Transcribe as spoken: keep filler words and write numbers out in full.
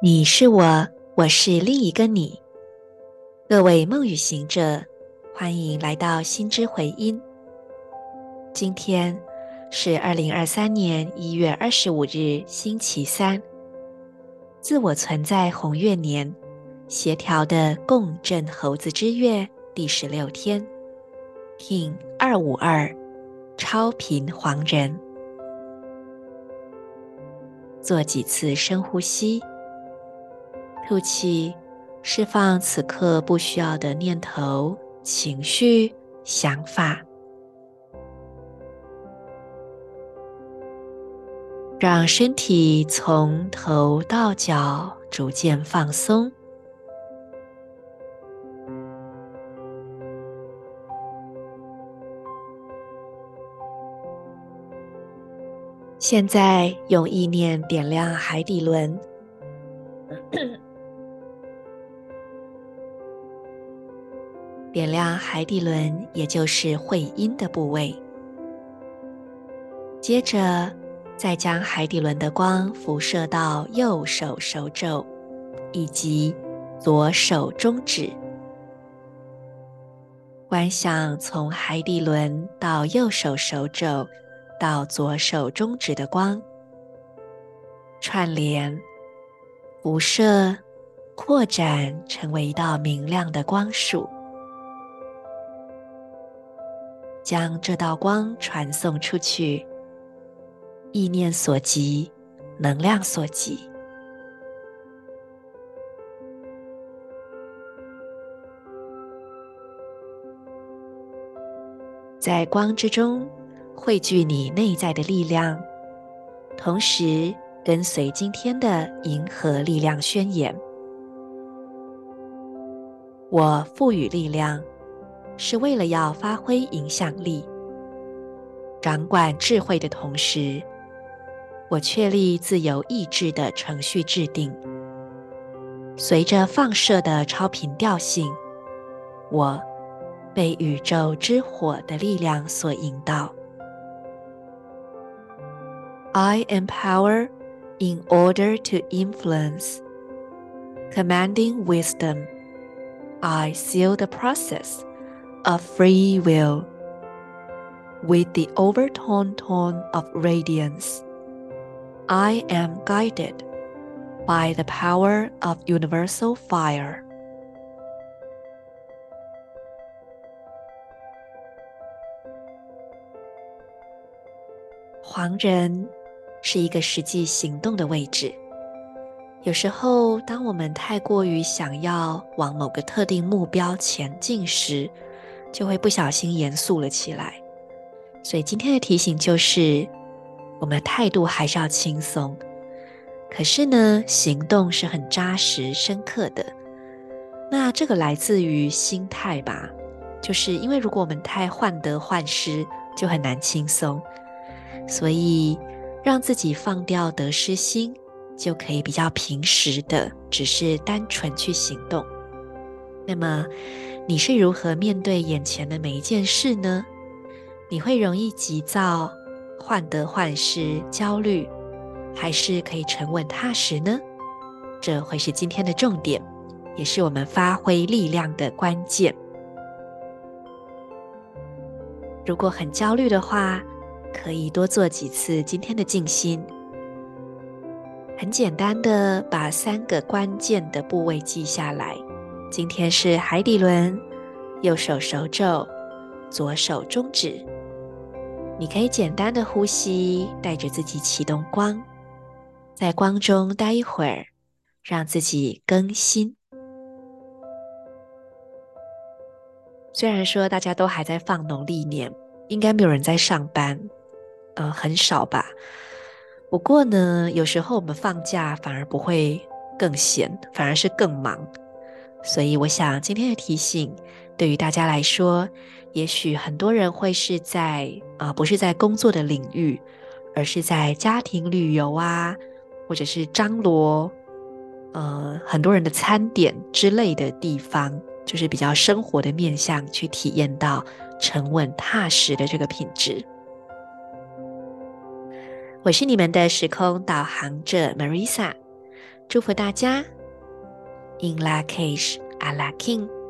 你是我，我是另一个你。各位梦语行者，欢迎来到心之回音。今天是二零二三年一月二十五日，星期三，自我存在红月年协调的共振猴子之月第十六天 King 二五二超频黄人。做几次深呼吸，吐气，释放此刻不需要的念头、情绪、想法，让身体从头到脚逐渐放松。现在用意念点亮海底轮，点亮海底轮，也就是会阴的部位。接着，再将海底轮的光辐射到右手手肘以及左手中指，观想从海底轮到右手手肘到左手中指的光，串联、辐射、扩展，成为一道明亮的光束，将这道光传送出去。意念所及，能量所及。在光之中汇聚你内在的力量，同时跟随今天的银河力量宣言。我赋予力量，是为了要发挥影响力，掌管智慧的同时，我确立自由意志的程序制定。随着放射的超频调性，我被宇宙之火的力量所引导。I empower in order to influence. Commanding wisdom, I seal the process of free will with the overtone tone of radiance.I am guided by the power of universal fire. 黄人是一个实际行动的位置。有时候，当我们太过于想要往某个特定目标前进时，就会不小心严肃了起来。所以今天的提醒就是，我们的态度还是要轻松，可是呢，行动是很扎实深刻的。那这个来自于心态吧，就是因为如果我们太患得患失，就很难轻松，所以让自己放掉得失心，就可以比较平实的只是单纯去行动。那么你是如何面对眼前的每一件事呢？你会容易急躁、患得患失、焦虑，还是可以沉稳踏实呢？这会是今天的重点，也是我们发挥力量的关键。如果很焦虑的话，可以多做几次今天的静心。很简单的把三个关键的部位记下来。今天是海底轮、右手手肘、左手中指。你可以简单的呼吸，带着自己启动光，在光中待一会儿，让自己更新。虽然说大家都还在放农历年，应该没有人在上班，呃，很少吧。不过呢，有时候我们放假反而不会更闲，反而是更忙。所以我想今天的提醒对于大家来说，也许很多人会是在呃，不是在工作的领域，而是在家庭旅游啊，或者是张罗呃很多人的餐点之类的地方，就是比较生活的面向，去体验到沉稳踏实的这个品质。我是你们的时空导航者 Marisa， 祝福大家 In La Cage, A La King。